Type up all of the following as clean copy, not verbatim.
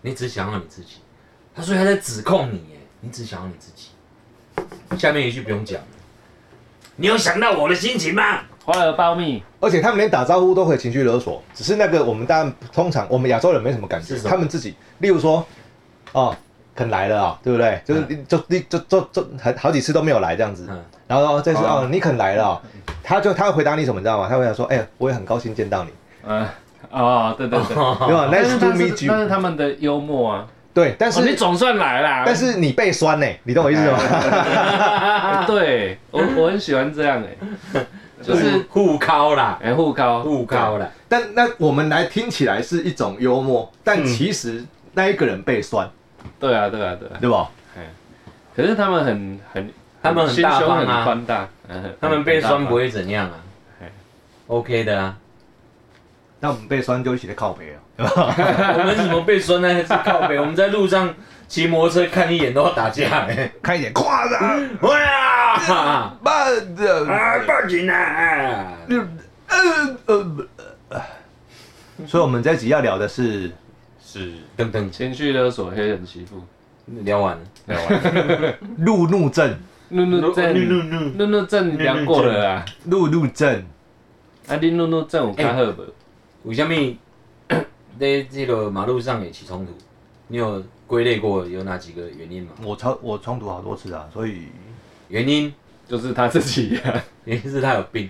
你只想要你自己。他说他在指控你，你只想要你自己。下面一句不用讲了，你有想到我的心情吗？ 花儿苞蜜， 而且他们连打招呼都可以情绪勒索，只是那个我们当然通常我们亚洲人没什么感觉，他们自己，例如说，哦，肯来了啊，对不对？就是好几次都没有来这样子，然后这次哦你肯来了啊，他会回答你什么，你知道吗？他会讲说，哎，我也很高兴见到你。 对，对吧 ？Nice to meet you。 但是他们的幽默啊。 对，但是、 你总算来啦。 但是你被酸呢，你懂我意思吗？ 对，我很喜欢这样就是互敲啦， 互敲啦。 但那我们来听起来是一种幽默，但其实那一个人被酸。 对啊， 对吧？ 可是他们他们很大方啊， 很宽大， 他们被酸不会怎样啊，OK 的啊。 那我们被酸就一起在靠北哦。 我们怎么被酸呢？是靠北，我们在路上骑摩托车看一眼都要打架看一眼，夸张， 哇， 慢的报警啊！ 所以我们这集要聊的是等等， 情绪勒索黑人媳妇， 聊完了， 路怒症， 怒怒症聊过了啦， 路怒症， 你怒怒症有较好无？ 为什么在这个马路上也起冲突？你有归类过有哪几个原因吗？ 我冲突好多次啊，所以原因就是他自己啊， 原因是他有病。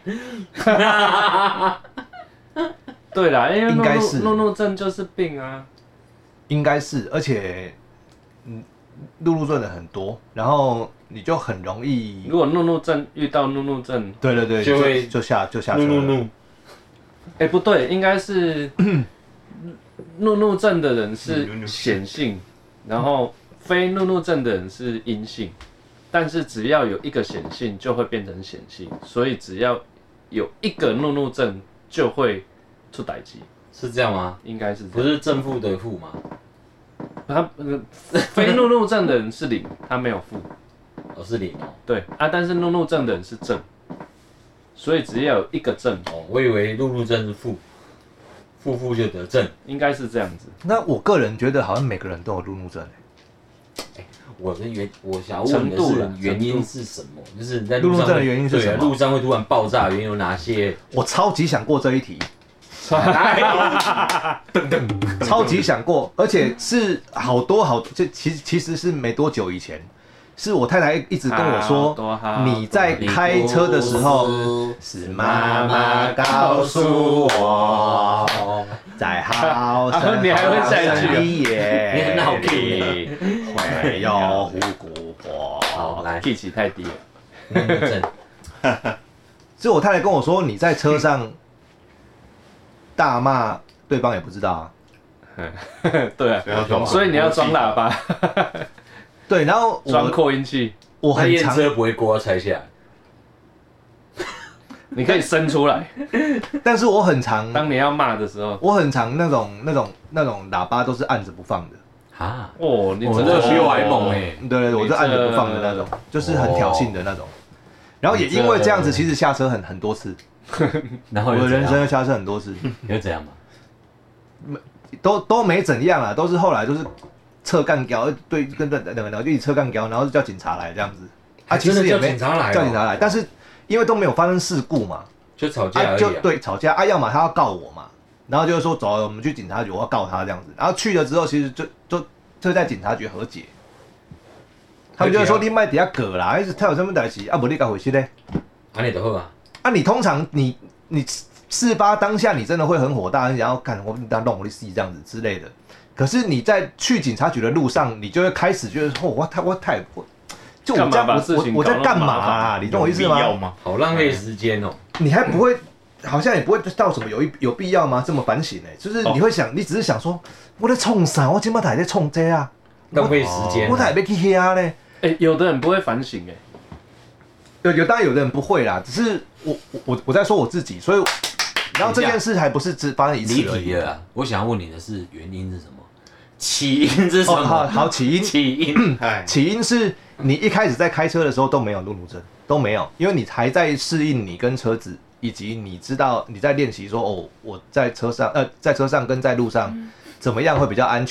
对啦，因为应该是怒怒症就是病啊， 应该是，而且路怒症的很多，然后你就很容易， 如果怒怒症遇到怒怒症， 对， 就会就下车了。 怒。 不对，应该是怒怒症的人是显性，然后非怒怒症的人是阴性，但是只要有一个显性就会变成显性，所以只要有一个怒怒症就会出代志， 是这样吗？ 应该是这样， 不是正负的负吗？ 他非怒怒症的人是零，他没有负， 是零哦。 对啊，但是怒怒症的人是正，所以只要有一个正我以为怒怒症是负，负就得正， 应该是这样子。 那我个人觉得好像每个人都有路怒症。 我想要问的是原因是什么？就是在路上路怒症的原因是什么？ 路上会突然爆炸，原因有哪些？ 我超级想过这一题。超级想过，而且是好多，就其实是没多久以前，是我太太一直跟我说，你在开车的时候，是妈妈告诉我，在好生你还会再去里也， 你很好听， 会有虎姑婆。 好，来， 气起太低了。 所以我太太跟我说，你在车上大骂对方也不知道啊。 对啊，所以你要装喇叭。 对，然后装扩音器， 我很验车不会锅拆下来， 你可以伸出来。 但是我很常， 当你要骂的时候， 我很常那种喇叭都是按着不放的。 啊， 你真的比我还猛哎！ 对，我就按着不放的那种，就是很挑衅的那种。然后也因为这样子，其实下车很多次。 然后我的人生下车很多次。 有怎样吗？ 都没怎样啊，都是后来都是侧干胶，对，跟两个就一起侧干胶，然后就叫警察来这样子。其实也没叫警察来， 但是因为都没有发生事故嘛， 就吵架而已。 对，吵架啊，要么他要告我嘛，然后就是说走，我们去警察局，我要告他这样子。然后去了之后，其实就在警察局和解。他们就会说你卖底下葛啦，他有什么代志啊？不你搞回去嘞？ 安尼就好啊。 啊，你通常你事发当下，你真的会很火大，你想要看我当弄我的戏这样子之类的。可是你在去警察局的路上，你就会开始觉得说，我太就我在干嘛啊？你懂我意思吗？ 好浪费时间哦。 你还不会，好像也不会到什么有必要吗？这么反省就是你会想，你只是想说，我在冲啥？我今麦还在冲这啊？ 浪费时间。 我还要去遐呢？ 有的人不会反省当然有的人不会啦，只是我在说我自己，所以然后这件事还不是只发生一次而已了。我想要问你的是原因是什么？起因是什么？ 好，起因是你一开始在开车的时候都没有路怒症，都没有，因为你还在适应你跟车子，以及你知道你在练习说我在车上跟在路上怎么样会比较安全，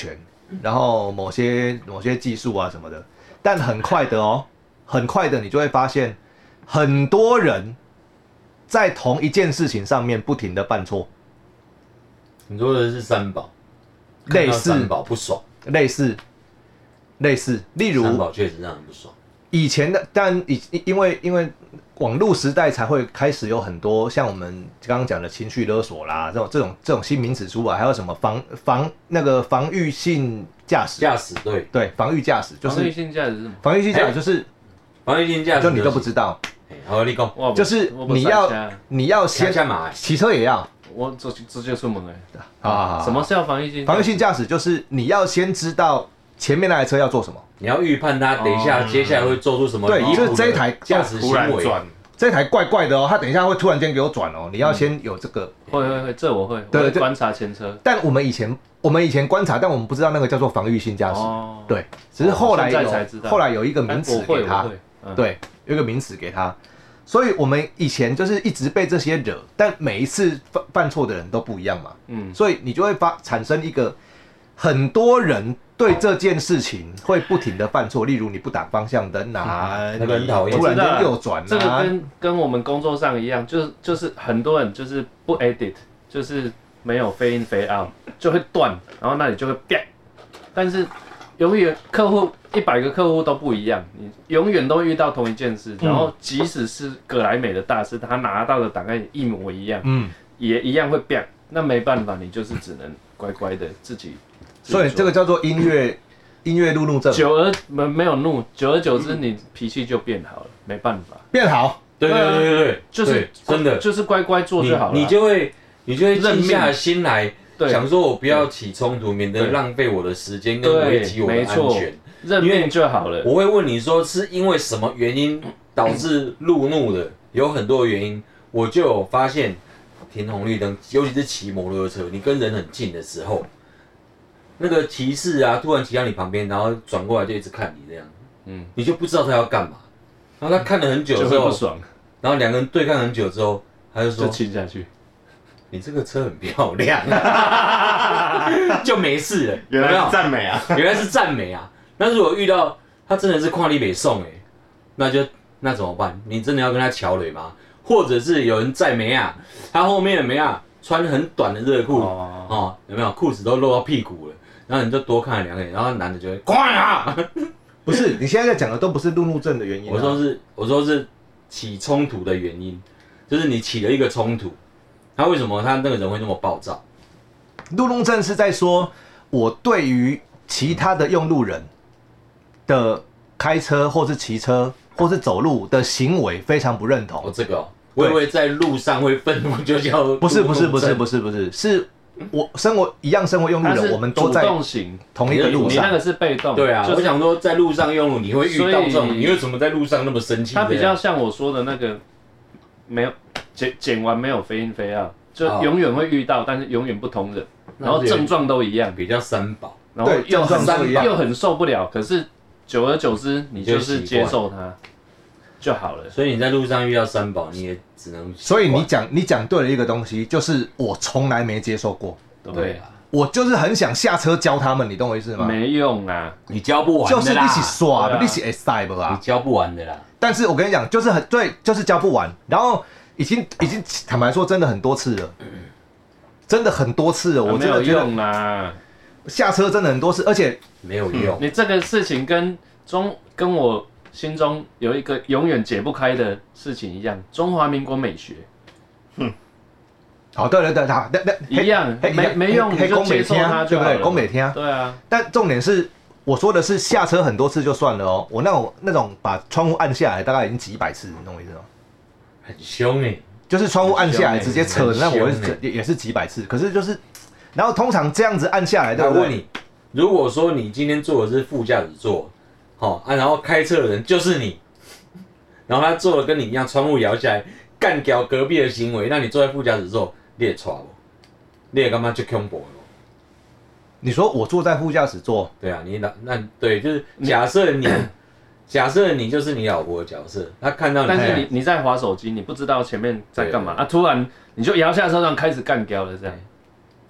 然后某些技术啊什么的，但很快的你就会发现，很多人在同一件事情上面不停的犯错。 你说的是三宝， 类似三宝不爽， 类似，例如三宝确实让人不爽。 以前的，但因为网络时代才会开始有很多像我们刚刚讲的情绪勒索啦，这种新名词出来，还有什么防御性驾驶，对防御驾驶就是防御性驾驶是什么？ 防御性驾驶就是防御性驾驶， 就你都不知道， 好，你讲， 就是你要先骑车也要。 我直接出门好， 什么是要防御性？ 防御性驾驶就是你要先知道前面那台车要做什么， 你要预判它等一下接下来会做出什么。 对，就是这一台驾驶行为， 这台怪怪的哦，它等一下会突然间给我转哦，你要先有这个。 会，这我会观察前车。 但我们以前观察，但我们不知道那个叫做防御性驾驶。对，只是后来有一个名词给它，对，有一个名词给它。所以我们以前就是一直被这些惹，但每一次犯错的人都不一样嘛，所以你就会产生一个很多人对这件事情会不停的犯错，例如你不打方向灯啊， 那个很讨厌， 突然间右转啊， 这个跟我们工作上一样，就是很多人就是不 edit， 就是没有飞 in 飞 out 就会断，然后那里就会啪，但是永远100个客户都不一样，你永远都遇到同一件事，然后即使是葛莱美的大师，他拿到的档案一模一样，也一样会变，那没办法，你就是只能乖乖的自己所以这个叫做音乐路怒症。 久而没有怒，久而久之你脾气就变好了，没办法， 变好。 对， 就是真的就是乖乖做就好了， 你就会静下心来。想说我不要起冲突，免得浪费我的时间跟危及我的安全， 认命就好了。 我会问你说是因为什么原因导致路怒的，有很多原因，我就有发现停红绿灯，尤其是骑摩托车，你跟人很近的时候，那个骑士啊突然骑到你旁边，然后转过来就一直看你这样，你就不知道他要干嘛，然后他看了很久之后， 不爽， 然后两个人对看很久之后，他就说亲下去。 你这个车很漂亮，就没事了。 原来是赞美啊！ 原来是赞美啊！那如果遇到他真的是看你没送那怎么办？你真的要跟他桥垒吗？或者是有人载梅啊，他后面的梅啊穿很短的热裤有没有裤子都露到屁股了？然后你就多看了2眼，然后男的就会快啊！ 不是，你现在在讲的都不是路怒症的原因。 我说是起冲突的原因，就是你起了一个冲突。他为什么他那个人会那么暴躁？ 路怒症是在说，我对于其他的用路人的开车或是骑车或是走路的行为非常不认同。 这个我以为在路上会愤怒就叫不是，是我生活用路人，我们都在同一个路上。 你那个是被动。 对啊，我想说在路上用路你会遇到这种，你为什么在路上那么生气？ 他比较像我说的那个没有。剪完没有飞in飞out，就永远会遇到，但是永远不同人，然后症状都一样， 比较三宝， 然后又很受不了，可是久而久之你就是接受它就好了。 所以你在路上遇到三宝，你也只能。 所以你讲对了一个东西，就是我从来没接受过。 对啊， 我就是很想下车教他们，你懂我意思吗？ 没用啊， 你教不完的啦， 就是你是耍的，你是会塞不啊？ 你教不完的啦。 但是我跟你讲，就是就是教不完，然后。已经坦白说，真的很多次了，真的很多次了。我真的觉得下车真的很多次，而且没有用。 你这个事情跟我心中有一个永远解不开的事情一样，中华民国美学。 好，对， 一样，没用，你就接受它就好了， 对不对？讲没听。 对啊。 但重点是，我说的是下车很多次就算了哦，我那种把窗户按下来，大概已经几百次，你懂我意思吗？ 很凶就是窗户按下来直接扯，那我也是几百次。可是就是，然后通常这样子按下来，对不对？ 我问你，如果说你今天坐的是副驾驶座，然后开车的人就是你，然后他做的跟你一样，窗户摇下来干掉隔壁的行为，那你坐在副驾驶座，你也错不？你也干嘛就恐怖了？ 你说我坐在副驾驶座， 对啊，那对，就是假设你就是你老婆的角色，他看到你， 但是你在滑手机，你不知道前面在干嘛啊，突然你就摇下车窗开始干掉了这样。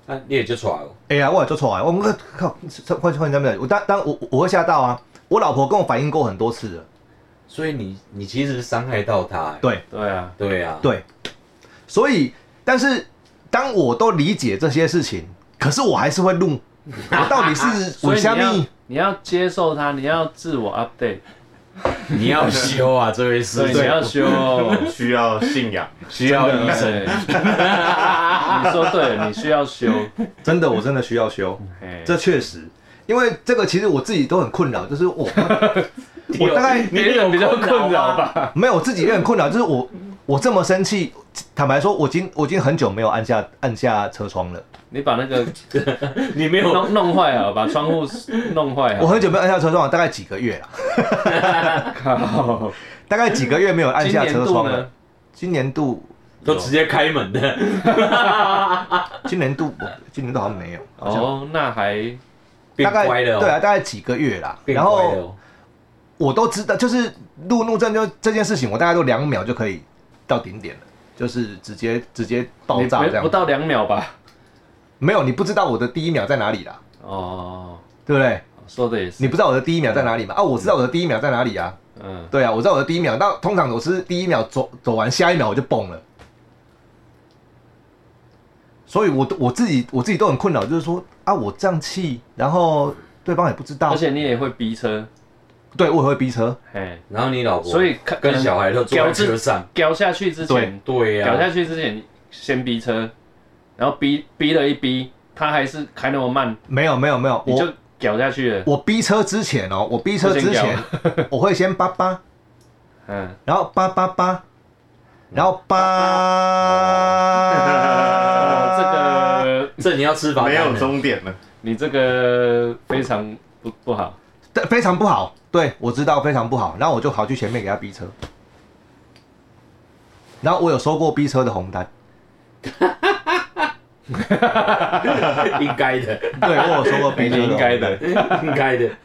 啊，你也就出来了。 哎呀，我也做错啊！我们靠，换他们，我会吓到啊！我老婆跟我反映过很多次了。 所以你其实伤害到他、欸。 对对啊。 对，所以但是当我都理解这些事情，可是我还是会怒。我到底是为什么？ 你要接受它，你要自我 update， 你要修啊，这位师对，你要修， 需要信仰， 需要医生。 你说对了，你需要修。 真的，我真的需要修。这确实，因为这个其实我自己都很困扰，就是我大概别人比较困扰吧？ 没有，我自己也很困扰，就是我这么生气，坦白说，我已经很久没有按下车窗了。 你把那个你没有弄坏了，把窗户弄坏。 我很久没有按下车窗了，大概几个月了。靠，大概几个月没有按下车窗了。今年度都直接开门的。 今年度好像没有。 哦，那还变乖了。 对啊，大概几个月啦。然后我都知道，就是路怒症就这件事情，我大概都2秒就可以到顶点了，就是直接爆炸这样。 不到2秒吧？ 没有，你不知道我的第1秒在哪里啦。 哦， 对不对？ 说的也是。 你不知道我的第1秒在哪里吗？啊，我知道我的第1秒在哪里啊。对啊，我知道我的第1秒。那通常我是第1秒走完，下1秒我就崩了。所以我自己都很困扰，就是说啊，我这样气，然后对方也不知道。 而且你也会逼车。 对，我也会逼车。 然后你老婆所以跟小孩都坐在车上， 飙下去之前， 对呀， 飙下去之前先逼车。然后逼了一逼，他还是开那么慢。没有， 你就屌下去了。 我逼车之前我会先叭叭，然后叭叭叭，然后叭。 这你要吃罚单， 没有终点了。 你这个非常不好， 对，非常不好。对，我知道非常不好。然后我就跑去前面给他逼车，然后我有收过逼车的红单。 应该的， 对，我有说过逼车的， 应该的。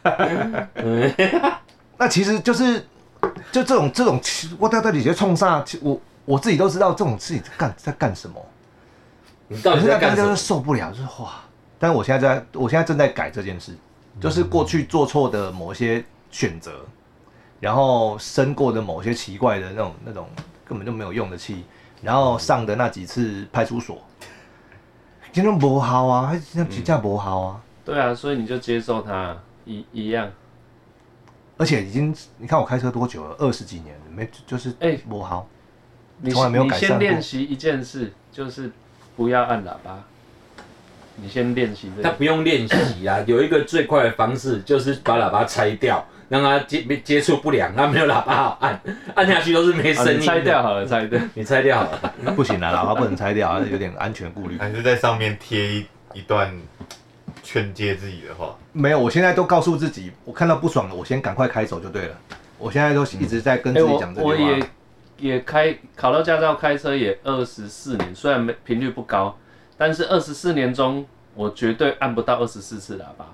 那其实就这种，我到底在冲啥？我自己都知道这种事情在干什么。 你到底在干什么？ 就是受不了，就是哇！但是我现在正在改这件事，就是过去做错的某些选择，然后生过的某些奇怪的那种根本就没有用的气，然后上的那几次派出所。真的不好啊，还真的不好啊。 对啊，所以你就接受它一样。 而且已经，你看我开车多久了？20几年了，就是不好。从来没有改善过。 你先练习一件事，就是不要按喇叭。你先练习这个。 他不用练习啦，有一个最快的方式就是把喇叭拆掉，让它接触不良，它没有喇叭好按下去都是没声音的。 拆掉好了，拆掉。 你拆掉好了。 不行啦，喇叭不能拆掉，有点安全顾虑。 还是在上面贴一段劝诫自己的话。 没有，我现在都告诉自己，我看到不爽了，我先赶快开走就对了。我现在都一直在跟自己讲这句话。 我也考到驾照开车也24年，虽然频率不高，但是24年中我绝对按不到24次喇叭。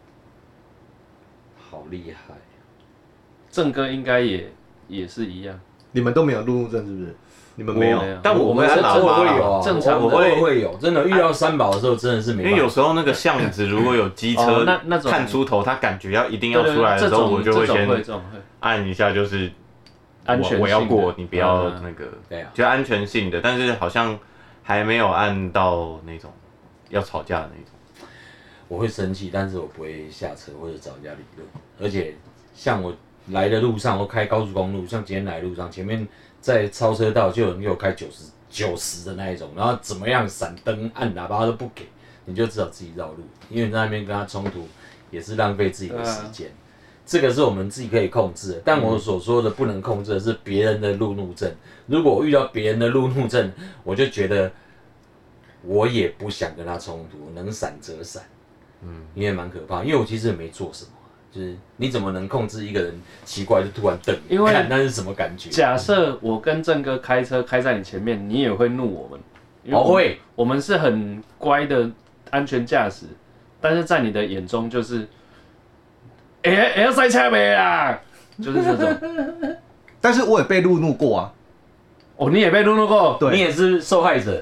好厉害！ 郑哥应该也是一样。 你们都没有路怒症是不是？你们没有， 但我们按喇叭会有啊， 正常我会有，真的遇到三宝的时候真的是没办法。 因为有时候那个巷子如果有机车看出头，他感觉一定要出来的时候，我就会先按一下，就是安全， 我要过，你不要那个，就安全性的，但是好像还没有按到那种要吵架的那种。 我会生气，但是我不会下车或者找人家理论。而且像我来的路上，我开高速公路，像今天来的路上，前面在超车道就有人给我开90的那一种，然后怎么样闪灯按喇叭都不给，你就只好自己绕路，因为你在那边跟他冲突也是浪费自己的时间。这个是我们自己可以控制的，但我所说的不能控制的是别人的路怒症。如果我遇到别人的路怒症，我就觉得我也不想跟他冲突，能闪则闪。因为蛮可怕，因为我其实也没做什么，就是你怎么能控制一个人奇怪就突然瞪你，看那是什么感觉？ 假设我跟郑哥开车开在你前面，你也会怒我们，因为会，我们是很乖的安全驾驶，但是在你的眼中就是，要塞车没啦，就是这种。 但是我也被路怒过啊。 哦，你也被路怒过？ 对， 你也是受害者。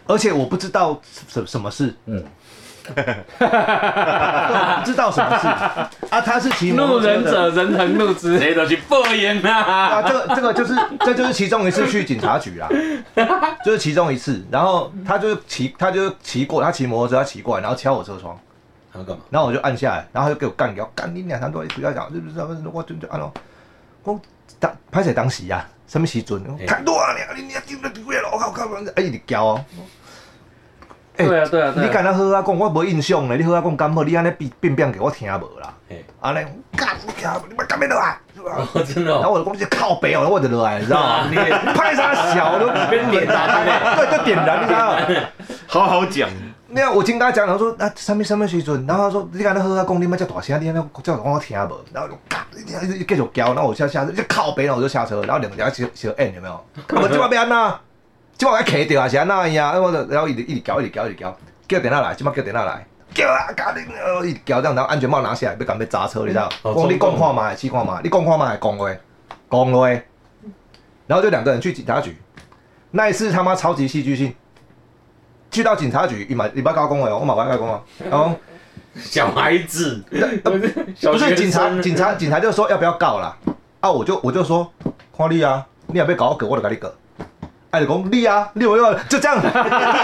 而且我不知道什么事，不知道什么事啊，他是骑摩怒托车的人者人恒怒之， 谁都去报应啊！ 啊，这就是其中一次去警察局啦，就是其中一次。然后他就骑过，他骑摩托车，他骑过来，然后敲我车窗， 他干嘛？ 然后我就按下来，然后他就给我干掉，干你两三多，不要讲，我就按咯。我拍谁当时啊？什么时阵？太多啊！你丢了丢了，我靠！哎，你叫哦。 对啊， 你敢若好啊讲，我无印象咧。你好啊讲敢好，你安尼变给我听无啦。安尼干，你们干咩落来？ 真的。 然后我讲这靠北哦，我就落来，你知道吗？你拍啥小都变点燃， 对，就点燃，你知道吗？ 好讲。 那样我听他讲，然后说啊，什么时阵？然后他说你敢若好啊讲，你们这大声，你安尼叫我听无？然后就干，你继续叫，然后我下车，就靠北，然后我就下车，然后两个小 N 有没有？我今晚要安那？即摆我卡着还是安那呀？然后一直叫，叫电话来，即摆叫电话来，叫啊！家己一直叫，然后安全帽拿下来，要赶要砸车，你知道？讲你讲看嘛，试看嘛，你讲看嘛，讲话，然后就两个人去警察局，那一次他妈超级戏剧性。去到警察局，你捌甲我讲话哦，我嘛捌甲讲啊。然后小孩子， 不是警察就说要不要告啦？啊，我就说，看你啊，你也要告我告，我就甲你告。哎，就讲你啊，你有就这样，就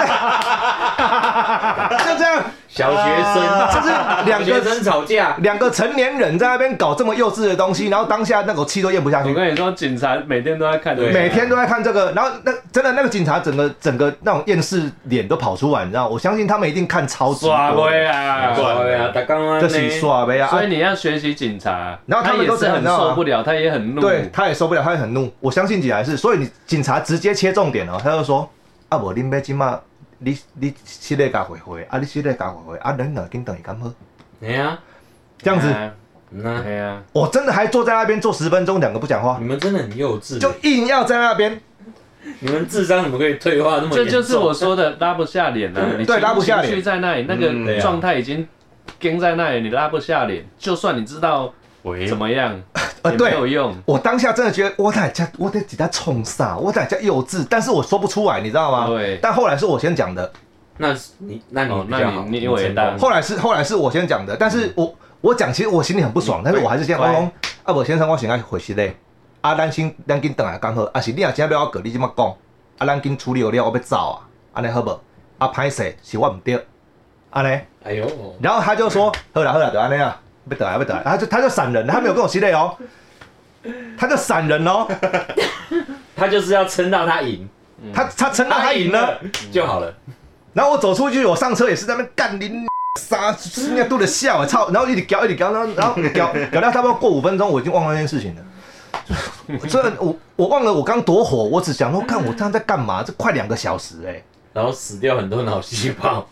这样。 小学生， 就是两个生吵架， 两个成年人在那边搞这么幼稚的东西，然后当下那口气都咽不下去。 我跟你说，警察每天都在看， 每天都在看这个，然后真的那个警察整个那种厌世脸都跑出来，你知道？我相信他们一定看超级多。 耍威啊， 这是耍威啊！ 所以你要学习警察， 然后他们都是很受不了，他也很怒， 对，他也受不了，他也很怒。我相信警察是，所以你警察直接切重点哦，他就说啊，无恁要即马。你系列加回回啊！你系列加回回啊！人哪跟等于刚好？ 对啊， 这样子， 对啊， 我真的还坐在那边坐10分钟，两个不讲话。 你们真的很幼稚， 就硬要在那边。 你们智商怎么可以退化那么严重？ 这就是我说的拉不下脸啊！你对，拉不下脸， 情绪在那里，那个状态已经跟在那里，你拉不下脸。就算你知道怎么样，也没有用。 我当下真的觉得我在几在冲啥，我在家幼稚，但是我说不出来，你知道吗？对。但后来是我先讲的。 那你比较好， 你伟大。 后来是我先讲的，但是我讲，其实我心里很不爽，但是我还是先讲，啊无先生，我先爱回息咧，啊咱紧等来刚好，啊是你若真要我告，你即么讲，啊咱紧处理好了，我要走啊，安尼好无？啊歹势是我唔对，安尼。 哎呦。 然后他就说，好啦，就安尼啊，要倒来，他就闪人，他没有跟我息咧哦，他就闪人哦， 他就是要撑到他赢， 他撑到他赢了就好了。 然后我走出去，我上车也是在那边干你啥，人家都在笑啊操！然后一直叫，然后搞到差不多过5分钟，我已经忘了那件事情了。所以我忘了我刚多火，我只想说，看我这样在干嘛？这快2个小时哎。 然后死掉很多脑细胞。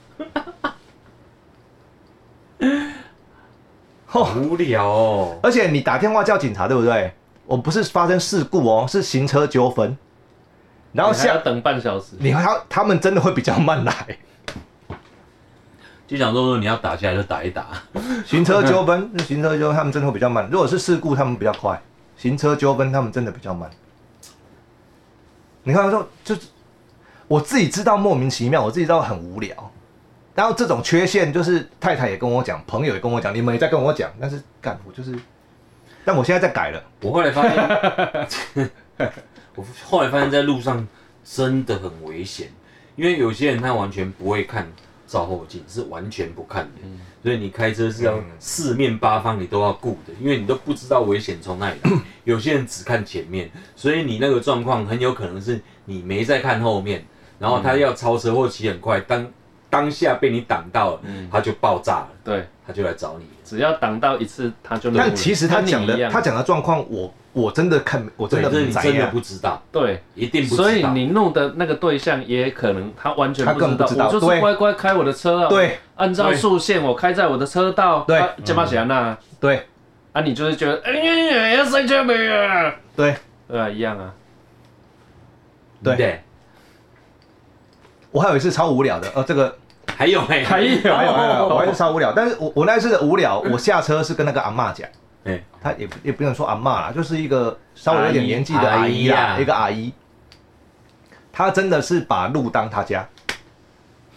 无聊哦。 而且你打电话叫警察，对不对？我不是发生事故哦，是行车纠纷。然后要等半小时， 他们真的会比较慢来， 就想说你要打下来就打一打。 行车纠纷他们真的会比较慢。如果是事故，他们比较快；行车纠纷他们真的比较慢。你看说，就是我自己知道莫名其妙，我自己知道很无聊。然后这种缺陷，就是太太也跟我讲，朋友也跟我讲，你们也在跟我讲，但是干我就是，但我现在在改了。 我后来发现。我后来发现，在路上真的很危险，因为有些人他完全不会看照后镜，是完全不看的，所以你开车是要四面八方你都要顾的，因为你都不知道危险从哪里来。有些人只看前面，所以你那个状况很有可能是你没在看后面，然后他要超车或骑很快，当下被你挡到了，他就爆炸了， 对， 他就来找你。 只要挡到一次，他就。 但其实他讲的状况，我真的看，我真的你真的不知道， 对， 一定不知道。 所以你弄的那个对象也可能他完全不知道，我就是乖乖开我的车啊， 对， 按照速限我开在我的车道， 对， 这么想啊， 对， 啊你就是觉得哎要塞车没啊， 对， 对啊一样啊， 对。我还有一次超无聊的，这个还有， 我还是超无聊，但是我那一次的无聊，我下车是跟那个阿嬷讲。他也不能说阿嬷啦，就是一个稍微有点年纪的阿姨啦，一个阿姨。她真的是把路当她家，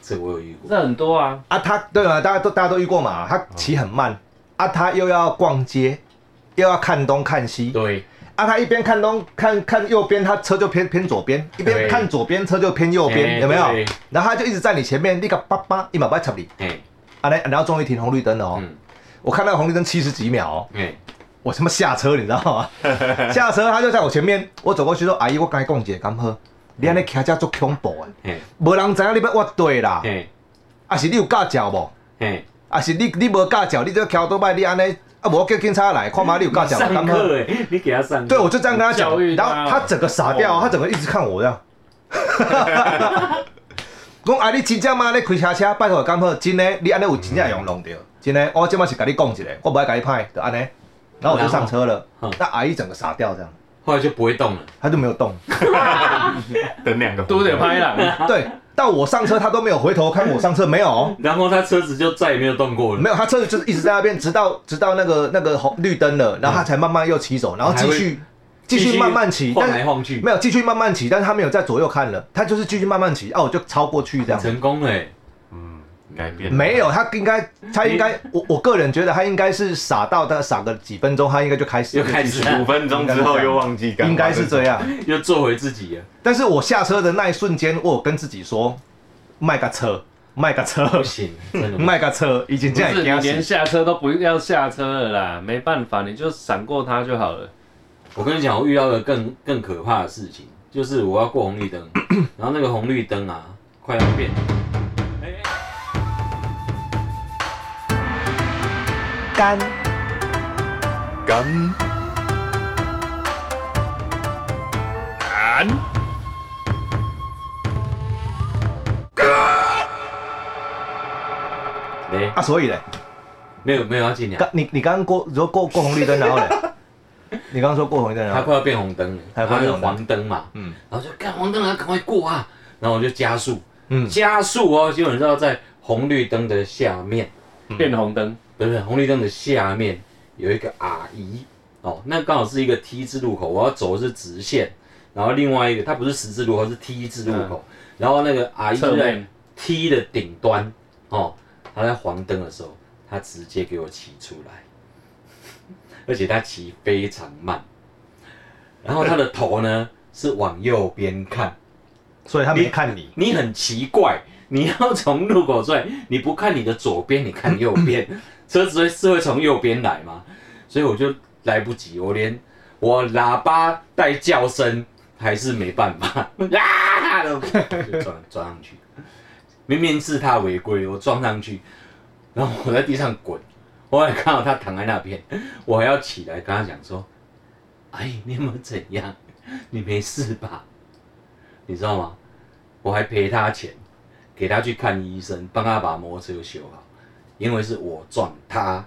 这我有遇过。 这很多啊。 他对嘛，大家都遇过嘛，他骑很慢，他又要逛街，又要看东看西， 对。 他一边看东看右边，他车就偏左边；一边看左边，车就偏右边，有没有？然后他就一直在你前面，你个爸一马不插你。然后终于停红绿灯了哦。我看那个红绿灯70几秒哦。我他妈下车，你知道吗？下车他就在我前面，我走过去说：“阿姨，我刚才讲一个，敢好？你安尼骑车足恐怖的，无人知影你要挖对啦。啊是你有驾照无？啊是你无驾照，你这骑多摆你安尼。”啊！我叫警察来，看嘛你有驾照， 上课哎，你给他上课。 对，我就这样跟他讲，然后他整个傻掉，他整个一直看我这样。讲啊，你真正吗？你开车，拜托讲好，真的，你安尼有真正用弄到，真的，我即摆是甲你讲一个，我不爱甲你拍，就安尼。然后我就上车了，那阿姨整个傻掉这样。 后来就不会动了， 他就没有动。 等2个都得拍了。 对。到我上车，他都没有回头看我上车，没有。 然后他车子就再也没有动过了。 没有，他车子就是一直在那边，直到那个红绿灯了，然后他才慢慢又骑走，然后继续慢慢骑， 晃来晃去。 没有继续慢慢骑，但是他没有在左右看了，他就是继续慢慢骑，我就超过去这样。 成功了。 改变没有，他应该，我个人觉得他应该是傻到他傻个几分钟，他应该就开始 5分钟之后又忘记干嘛， 应该是这样， 又做回自己了。 但是我下车的那一瞬间，我有跟自己说，卖个车， 不行， 卖个车，已经这样， 你连下车都不要下车了啦，没办法，你就闪过他就好了。 我跟你讲，我遇到的更可怕的事情，就是我要过红绿灯，然后那个红绿灯啊，快要变。 干，所以嘞， 没有要进来。 你刚刚过红绿灯，然后嘞，你刚刚说过红绿灯， 它快要变红灯了，它是黄灯嘛，然后就看黄灯了，赶快过啊，然后我就加速，加速哦，结果你知道在红绿灯的下面变红灯。 不是红绿灯的下面有一个阿姨哦，那刚好是一个 T 字路口，我要走的是直线，然后另外一个它不是十字路口，是 T 字路口，然后那个阿姨就在 T 的顶端哦，她在黄灯的时候，她直接给我骑出来，而且她骑非常慢，然后她的头呢是往右边看， 所以她没看你， 你很奇怪，你要从路口出来，你不看你的左边，你看右边。车子是会从右边来嘛，所以我就来不及，我喇叭带叫声还是没办法，啊，就撞上去。明明是他违规，我撞上去，然后我在地上滚，我还看到他躺在那边，我还要起来跟他讲说：“哎，你有没有怎样？你没事吧？”你知道吗？我还赔他钱，给他去看医生，帮他把摩托车修好。因为是我撞他，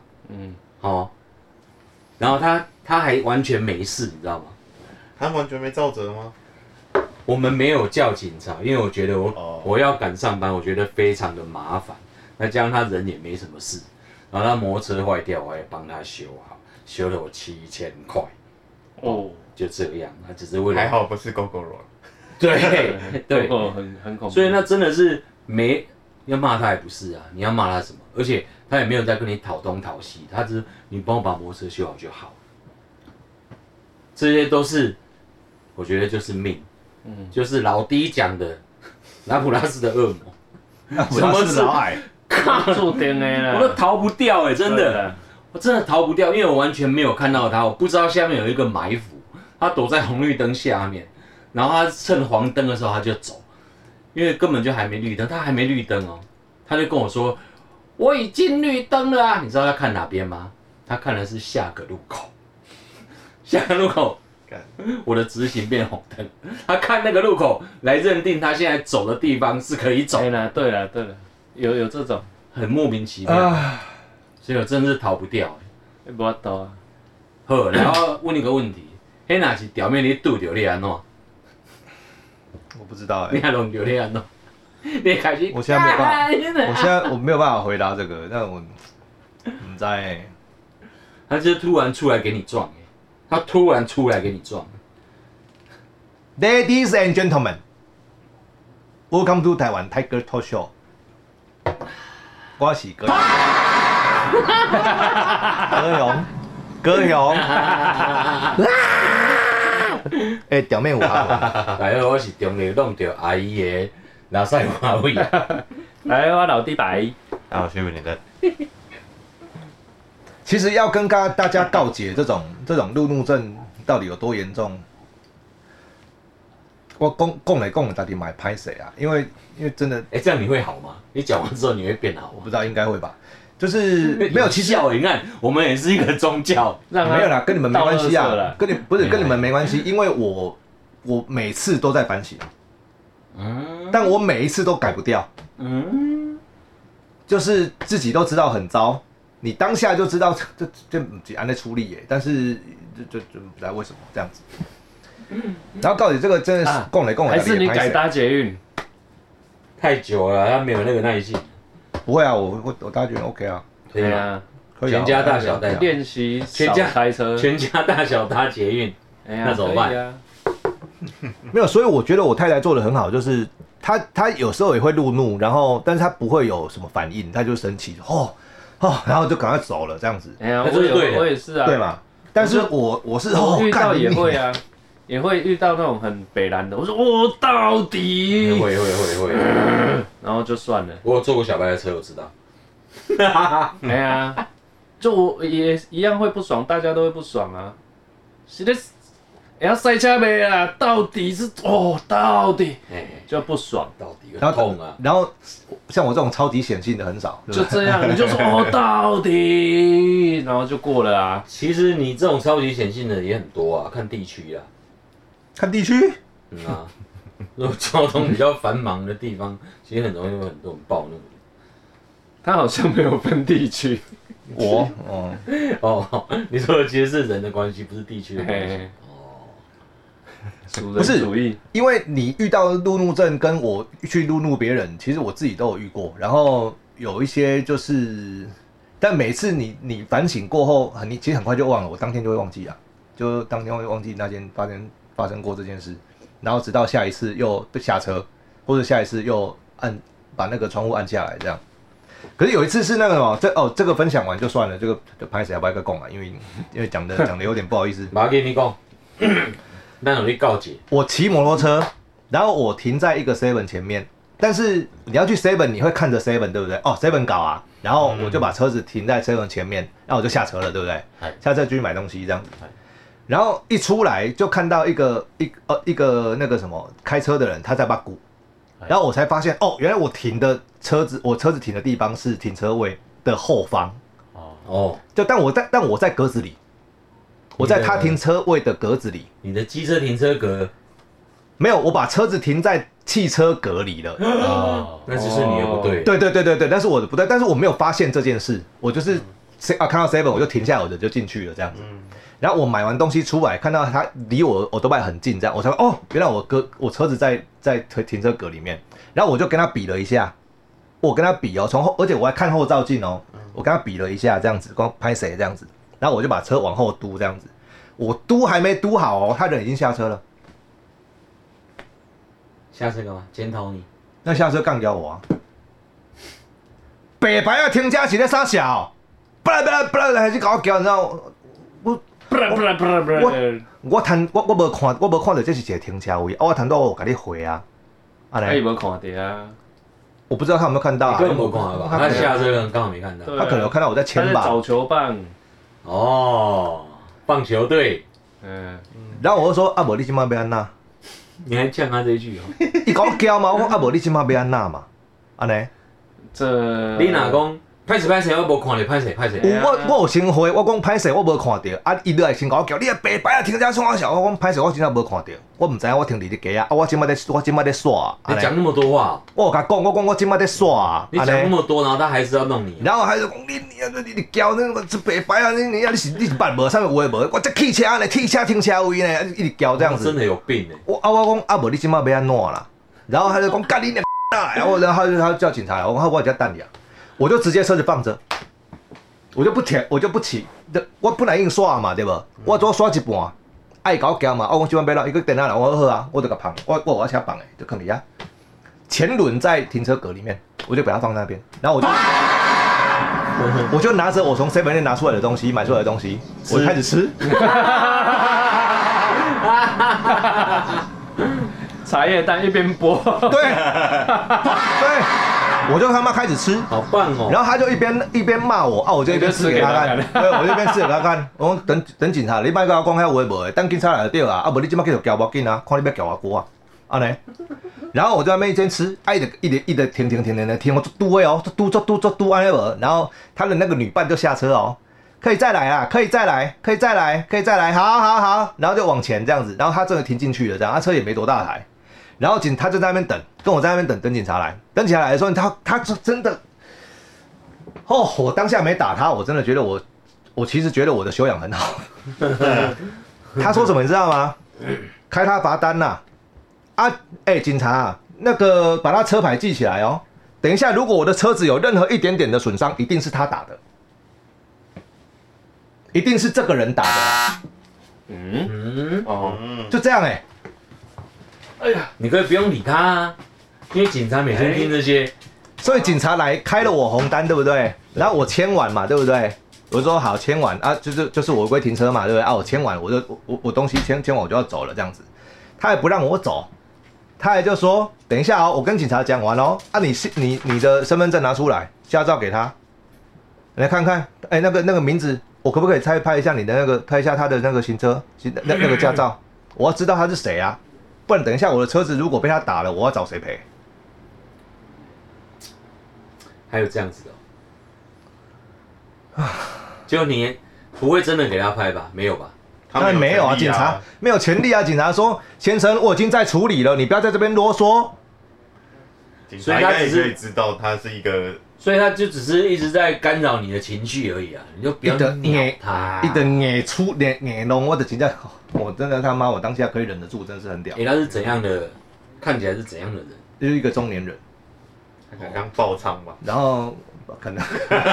然后他还完全没事，你知道吗？ 他完全没肇责吗？ 我们没有叫警察，因为我觉得我要赶上班，我觉得非常的麻烦。那加上他人也没什么事，然后他摩托车坏掉，我还帮他修好，修了我7000块。就这样，他只是为了还好不是 GoGoRo。 对， 很恐怖。 所以那真的是要骂他也不是啊，你要骂他什么？而且他也没有在跟你讨东讨西，他只是你帮我把摩托车修好就好。这些都是我觉得就是命，就是老弟讲的拉普拉斯的恶魔， 什么是老矮？ 注定的啦， 我都逃不掉真的，我真的逃不掉，因为我完全没有看到他，我不知道下面有一个埋伏，他躲在红绿灯下面，然后他趁黄灯的时候他就走。因为根本就还没绿灯，他还没绿灯哦，他就跟我说我已经绿灯了啊！你知道他看哪边吗？他看的是下个路口，下个路口，我的直行变红灯，他看那个路口来认定他现在走的地方是可以走。 对了，有这种很莫名其妙，所以我真的是逃不掉。 没办法啊。 好，然后问你个问题，那若是表面你堵到你安怎？ 我不知道你还弄到你安怎？你开始， 我现在没有办法，我没有办法回答这个，但我不知道他就突然出来给你撞，他突然出来给你撞。 Ladies and gentlemen, welcome to Taiwan Tiger Talk Show. 我是高雄，表面有啊， 来，我是中立弄到阿姨的拉塞花位。 来，我老弟白。 然后宣布你的。 其实要跟大家告解这种路怒症到底有多严重，我讲来到底买拍谁啊？因为真的， 这样你会好吗？你讲完之后你会变好吗？ 我不知道，应该会吧。就是没有，其实你看，我们也是一个宗教， 没有啦，跟你们没关系啊，跟你们没关系，因为我每次都在反省，但我每一次都改不掉，就是自己都知道很糟，你当下就知道这不是按在处理耶，但是就不知道为什么这样子。然后到底这个真的是供来， 还是你改搭捷运？ 太久了，他没有那个耐性。 不会啊，我搭捷运 OK 啊， 对啊， 全家大小带练习少开车， 全家大小搭捷运，那怎么办？ 没有，所以我觉得我太太做的很好，就是她有时候也会路怒，然后但是她不会有什么反应，她就生气然后就赶快走了这样子。 哎呀，我也是啊， 对嘛？但是我是遇到也会啊。也会遇到那种很北蓝的，我说我到底会， 然后就算了。 我有坐过小白的车，我知道。 哎呀，就我也一样会不爽，大家都会不爽啊。是的，要塞车没啊？到底是到底就不爽， 到底很痛啊。 然后像我这种超级显性的很少， 就这样，你就說到底，然后就过了啊。 其实你这种超级显性的也很多啊，看地区啊。 看地区， 如果交通比较繁忙的地方，其实很容易有很多人暴怒。 他好像没有分地区， 你说的其实是人的关系，不是地区的关系。 不是，因为你遇到路怒症，跟我去路怒别人，其实我自己都有遇过。然后有一些就是，但每次你反省过后，你其实很快就忘了，我当天就会忘记啊，就当天会忘记那件发生过这件事，然后直到下一次又下车，或者下一次又把那个窗户按下来这样。可是有一次是那个这个分享完就算了，这个就拍谁要不要讲啊？因为讲的有点不好意思。 马给你讲，那我去告解。 我骑摩托车，然后我停在一个 7 前面，但是你要去 7， 你会看着 7， 对不对？7搞啊，然后我就把车子停在 7前面，然后我就下车了，对不对？下车就去买东西这样子。然后一出来就看到一个那个什么开车的人他在把鼓，然后我才发现原来我车子停的地方是停车位的后方，但我在格子里，我在他停车位的格子里。 你的机车停车格没有，我把车子停在汽车格里了。 那就是你的不对。 对，那是我的不对，但是我没有发现这件事，我就是看到 7我就停下来，我就进去了这样子。然后我买完东西出来，看到他离我都拜很近，这样我才原来我车子在停车格里面。然后我就跟他比了一下，我跟他比而且我还看后照镜我跟他比了一下，这样子光拍谁这样子。然后我就把车往后嘟这样子，我嘟还没嘟好他人已经下车了。 下车干嘛？检讨你？ 那下车干掉我啊！白牌停车是在啥小？不然还是搞我叫，你知道我无看到这是一个停车位，我谈到我给你回啊。 他有没有看到啊？ 我不知道他有没有看到啊。 根本没看到吧？他下车人刚好没看到。 他可能有看到我在牵吧。 找球棒。 棒球队。 然后我就说无你今晚要安那？ 你还呛他这一句伊跟我叫嘛，我讲无你今晚要安那嘛？安尼？ 你哪讲？歹势，我无看到歹势。 我有先回，我讲歹势，我无看到。伊就来先甲我叫，你个白白停车创啥？我讲歹势，我真正无看到，我唔知影我停伫伫街我今仔在耍。 你讲那么多话， 我有甲讲，我今仔在耍。 你讲那么多，然后他还是要弄你。 然后还是讲你叫那个白白啊，你是捌无？啥物话无？我这汽车呢，汽车停车位呢，一直叫这样子。 真的有病我讲无你今仔要安怎啦？然后他就讲干你娘！然后他叫警察，我叫等你啊。我就直接车子放着，我就不起，我本来硬刷嘛，对不？我只刷一半，爱搞叫嘛，我今晚要让一个电脑人，我好啊，我就给放，我有车放的，就放里啊。前轮在停车格里面，我就把它放在那边，然后我就我就拿着我从 7-Eleven 拿出来的东西，买出来的东西，我开始吃。 茶叶蛋一边剥， 对，我就他妈开始吃， 好棒哦。 然后他就一边骂我啊，我就一边吃给他看，对，我就一边吃给他看。我说等警察，你别跟我讲遐话无，等警察来就对啊，啊无你即马继续叫我紧啊，看你要叫我过啊，安尼。然后我就在那边一边吃，一直停，我嘟哦，嘟安尼无，然后他的那个女伴就下车哦。可以再来啊！可以再来，好，然后就往前这样子，然后他真的停进去了，这样，他车也没多大台，然后他就在那边等，跟我在那边等警察来，等警察来的时候，他真的，哦，我当下没打他，我真的觉得我其实觉得我的修养很好。他说什么你知道吗？开他罚单呐！警察啊，那个把他车牌记起来哦，等一下如果我的车子有任何一点点的损伤，一定是他打的。一定是这个人打的啦。就这样哎呀，你可以不用理他啊，因为警察每天听这些， 所以警察来开了我红单，对不对？然后我签完嘛，对不对？我说好签完啊，就是我违规停车嘛，对不对？啊，我签完我东西签完我就要走了这样子，他也不让我走，他也就说等一下哦，我跟警察讲完哦，啊你的身份证拿出来，驾照给他，来看看，那个名字。我可不可以拍一下你的那个，拍一下他的那个行车那个驾照？我要知道他是谁啊，不然等一下我的车子如果被他打了，我要找谁赔？ 还有这样子的、哦，就你不会真的给他拍吧？没有吧？ 当然没有啊，警察没有权利啊。警察说：“先生，我已经在处理了，你不要在这边啰嗦。” 所以他只是知道他是一个。 所以他就只是一直在干扰你的情绪而已啊，你就不要鸟他。 一直硬弄，我的真的，我真的他妈，我当下可以忍得住，真的是很屌。 他是怎样的？看起来是怎样的人？ 就是一个中年人， 他可能刚爆仓吧， 然后可能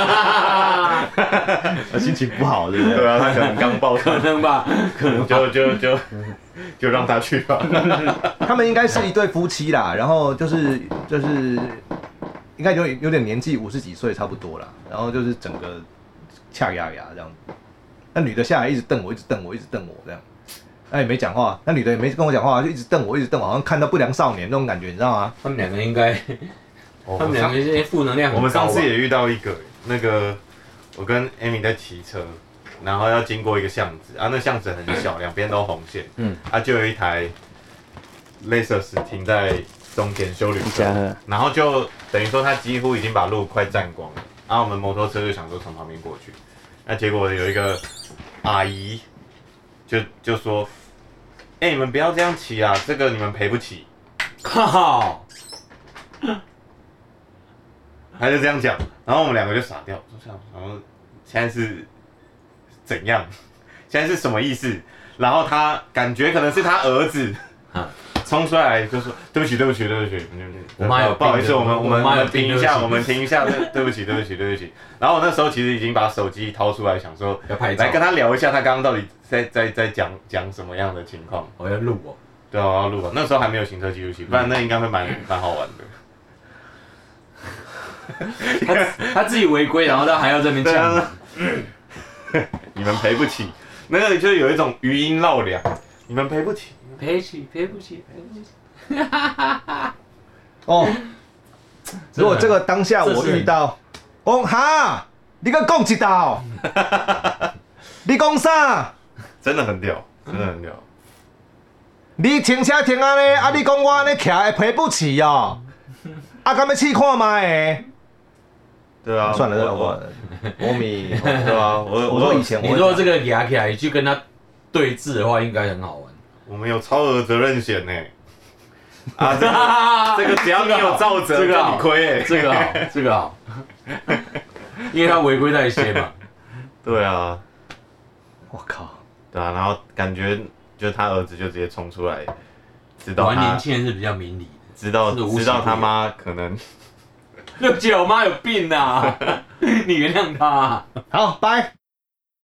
心情不好，对不对？ 对啊，他可能刚爆仓， 可能吧，可能就让他去吧。 他们应该是一对夫妻啦，然后就是。应该有点年纪，50几岁差不多啦。然后就是整个呛牙这样。那女的下来一直瞪我这样。那也没讲话，那女的也没跟我讲话，就一直瞪我，好像看到不良少年那种感觉，你知道吗？ 他们两个应该，他们两个这些负能量很高。 我们上次也遇到一个，那个我跟 Amy 在骑车，然后要经过一个巷子啊，那巷子很小，两边都红线，就有一台 Lexus 停在中间休旅车，然后就等于说他几乎已经把路快占光了，然后我们摩托车就想说从旁边过去，那结果有一个阿姨就说，你们不要这样骑啊，这个你们赔不起。 靠！ 他就这样讲，然后我们两个就傻掉，然后现在是怎样？现在是什么意思？然后他感觉可能是他儿子。冲出来就说对不起， 我妈有不好意思，我们停一下，对不起。然后我那时候其实已经把手机掏出来，想说要拍照， 来跟他聊一下，他刚刚到底在讲什么样的情况。 我要录哦， 对啊，我要录啊。那时候还没有行车记录器，不然那应该会蛮好玩的。他自己违规，然后他还要在那边讲， 你们赔不起，那个就有一种余音绕梁，你们赔不起。 赔不起。 哦，如果这个当下我遇到，哈，你个讲一道，你讲啥？ 真的很屌。 你停车停安尼，啊，你讲我安尼徛会赔不起哦，啊，敢要试看卖？ 对啊， 算了，我米， 对吧？ 我说以前你说这个压起来，你去跟他对峙的话，应该很好玩。 我们有超额责任险呢，这个只要你有肇责，这个你亏哎， 这个好，因为他违规那些嘛。 对啊， 我靠， 对啊，然后感觉就他儿子就直接冲出来，知道他年轻人是比较明理的， 知道他妈可能就觉得我妈有病啊，你原谅他。 好，拜。